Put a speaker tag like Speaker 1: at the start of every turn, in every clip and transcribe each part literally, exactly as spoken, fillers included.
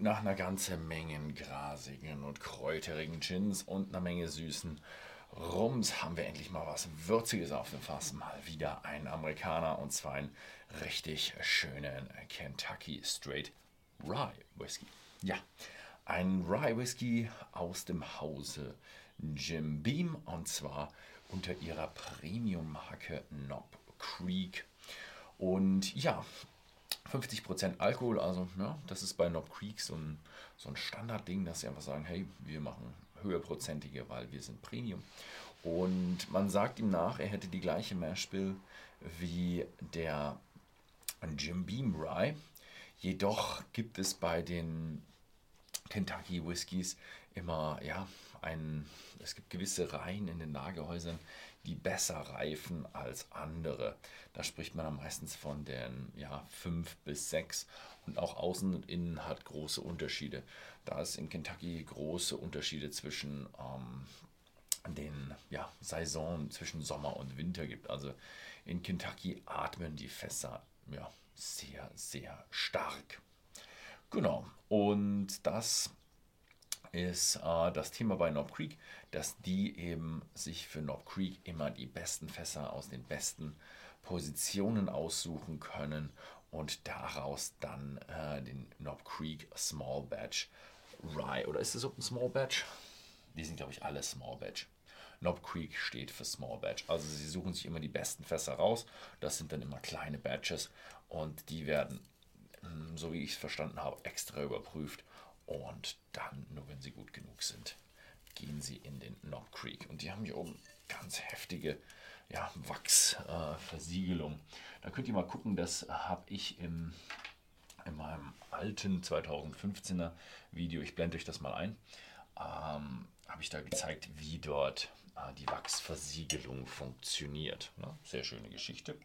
Speaker 1: nach einer ganzen Menge grasigen und kräuterigen Gins und einer Menge süßen Rums haben wir endlich mal was Würziges auf dem Fass. Mal wieder ein Amerikaner, und zwar einen richtig schönen Kentucky Straight Rye Whisky. Ja, ein Rye Whisky aus dem Hause Jim Beam, und zwar unter ihrer Premium-Marke Knob Creek. Und ja, fünfzig Prozent Alkohol, also ja, das ist bei Knob Creek so ein, so ein Standardding, dass sie einfach sagen, hey, wir machen höherprozentige, weil wir sind Premium. Und man sagt ihm nach, er hätte die gleiche Mash Bill wie der Jim Beam Rye. Jedoch gibt es bei den Kentucky Whiskys immer, ja, ein, es gibt gewisse Reihen in den Lagerhäusern, die besser reifen als andere. Da spricht man dann meistens von den ja, fünf bis sechs, und auch außen und innen hat große Unterschiede. Da es in Kentucky große Unterschiede zwischen ähm, den ja, Saison, zwischen Sommer und Winter gibt. Also in Kentucky atmen die Fässer ja, sehr, sehr stark. Genau, und das ist äh, das Thema bei Knob Creek, dass die eben sich für Knob Creek immer die besten Fässer aus den besten Positionen aussuchen können und daraus dann äh, den Knob Creek Small Batch Rye, oder ist es auch ein Small Batch? Die sind, glaube ich, alle Small Batch. Knob Creek steht für Small Batch. Also sie suchen sich immer die besten Fässer raus. Das sind dann immer kleine Batches, und die werden, so wie ich es verstanden habe, extra überprüft. Und dann, nur wenn sie gut genug sind, gehen sie in den Knob Creek. Und die haben hier oben ganz heftige ja, Wachsversiegelung. Äh, da könnt ihr mal gucken, das habe ich im, in meinem alten zweitausendfünfzehner Video, ich blende euch das mal ein, ähm, habe ich da gezeigt, wie dort äh, die Wachsversiegelung funktioniert. Ne? Sehr schöne Geschichte.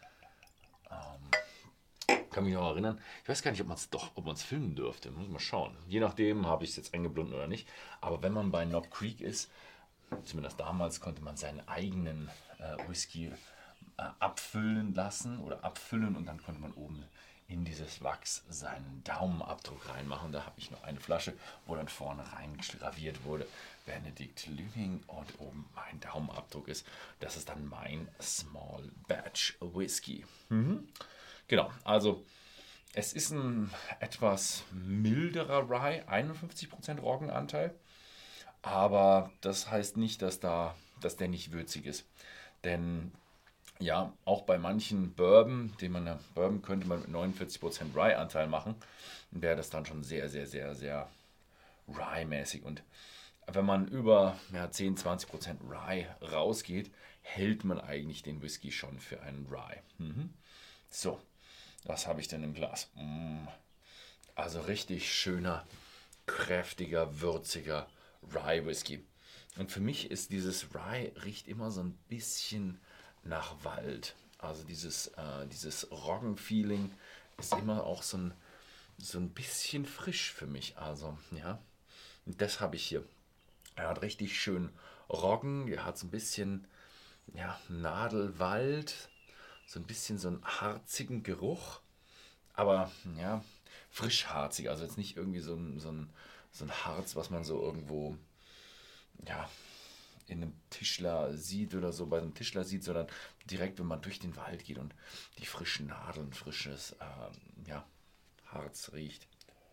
Speaker 1: Ähm, kann mich noch erinnern. Ich weiß gar nicht, ob man es doch, ob man es filmen dürfte. Muss mal schauen. Je nachdem habe ich es jetzt eingebunden oder nicht. Aber wenn man bei Knob Creek ist, zumindest damals, konnte man seinen eigenen äh, Whisky äh, abfüllen lassen oder abfüllen, und dann konnte man oben in dieses Wachs seinen Daumenabdruck reinmachen. Da habe ich noch eine Flasche, wo dann vorne rein graviert wurde Benedict Lüning, und oben mein Daumenabdruck ist. Das ist dann mein Small Batch Whisky. Mhm. Genau, also es ist ein etwas milderer Rye, einundfünfzig Prozent Roggenanteil, aber das heißt nicht, dass, da, dass der nicht würzig ist. Denn ja, auch bei manchen Bourbon, den man ja, Bourbon könnte man mit neunundvierzig Prozent Rye-Anteil machen, wäre das dann schon sehr, sehr, sehr, sehr Rye-mäßig. Und wenn man über ja, zehn, zwanzig Prozent Rye rausgeht, hält man eigentlich den Whisky schon für einen Rye. Mhm. So, was habe ich denn im Glas? Mm. Also richtig schöner, kräftiger, würziger Rye Whisky. Und für mich ist dieses Rye riecht immer so ein bisschen nach Wald. Also dieses, äh, dieses Roggen-Feeling ist immer auch so ein, so ein bisschen frisch für mich. Also, ja, und das habe ich hier. Er hat richtig schön Roggen, er hat so ein bisschen ja, Nadelwald, so ein bisschen so einen harzigen Geruch, aber ja, frischharzig, also jetzt nicht irgendwie so ein, so ein, so ein Harz, was man so irgendwo ja, in einem Tischler sieht oder so bei einem Tischler sieht, sondern direkt, wenn man durch den Wald geht und die frischen Nadeln, frisches äh, ja, Harz riecht.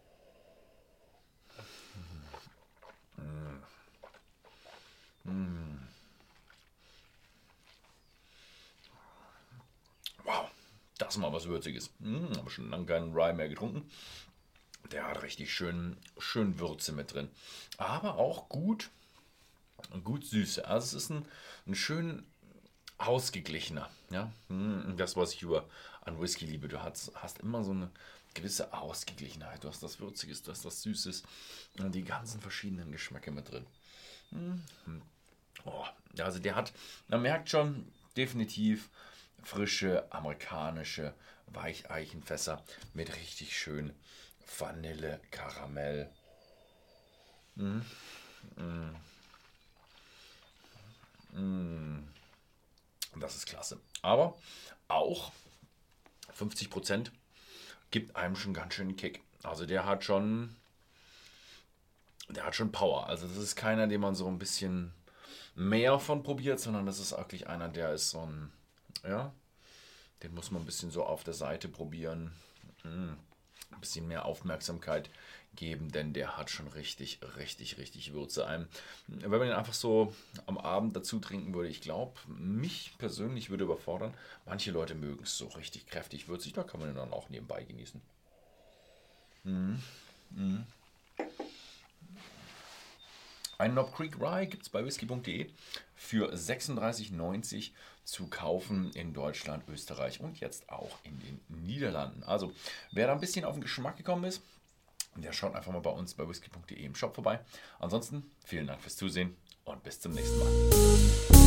Speaker 1: Mm. Mm. Wow, das ist mal was Würziges. Mm, habe schon lange keinen Rye mehr getrunken. Der hat richtig schön, schön Würze mit drin. Aber auch gut, gut Süße. Also es ist ein, ein schön ausgeglichener. Ja? Das, was ich über an Whisky liebe. Du hast, hast immer so eine gewisse Ausgeglichenheit. Du hast das Würziges, du hast das Süßes und die ganzen verschiedenen Geschmäcke mit drin. Oh, also der hat, man merkt schon definitiv frische amerikanische Weicheichenfässer mit richtig schön Vanille, Karamell. Mm, mm, mm. Das ist klasse. Aber auch fünfzig Prozent gibt einem schon ganz schön einen Kick. Also der hat schon der hat schon Power. Also das ist keiner, den man so ein bisschen mehr von probiert, sondern das ist wirklich einer, der ist so ein, ja, den muss man ein bisschen so auf der Seite probieren. Mm, ein bisschen mehr Aufmerksamkeit geben, denn der hat schon richtig, richtig, richtig Würze. Einem, wenn man den einfach so am Abend dazu trinken würde, ich glaube, mich persönlich würde überfordern. Manche Leute mögen es so richtig kräftig würzig, da kann man den dann auch nebenbei genießen. Ein Knob Creek Rye gibt es bei whisky punkt de für sechsunddreißig neunzig zu kaufen in Deutschland, Österreich und jetzt auch in den Niederlanden. Also, wer da ein bisschen auf den Geschmack gekommen ist, der schaut einfach mal bei uns bei whisky punkt de im Shop vorbei. Ansonsten vielen Dank fürs Zusehen und bis zum nächsten Mal.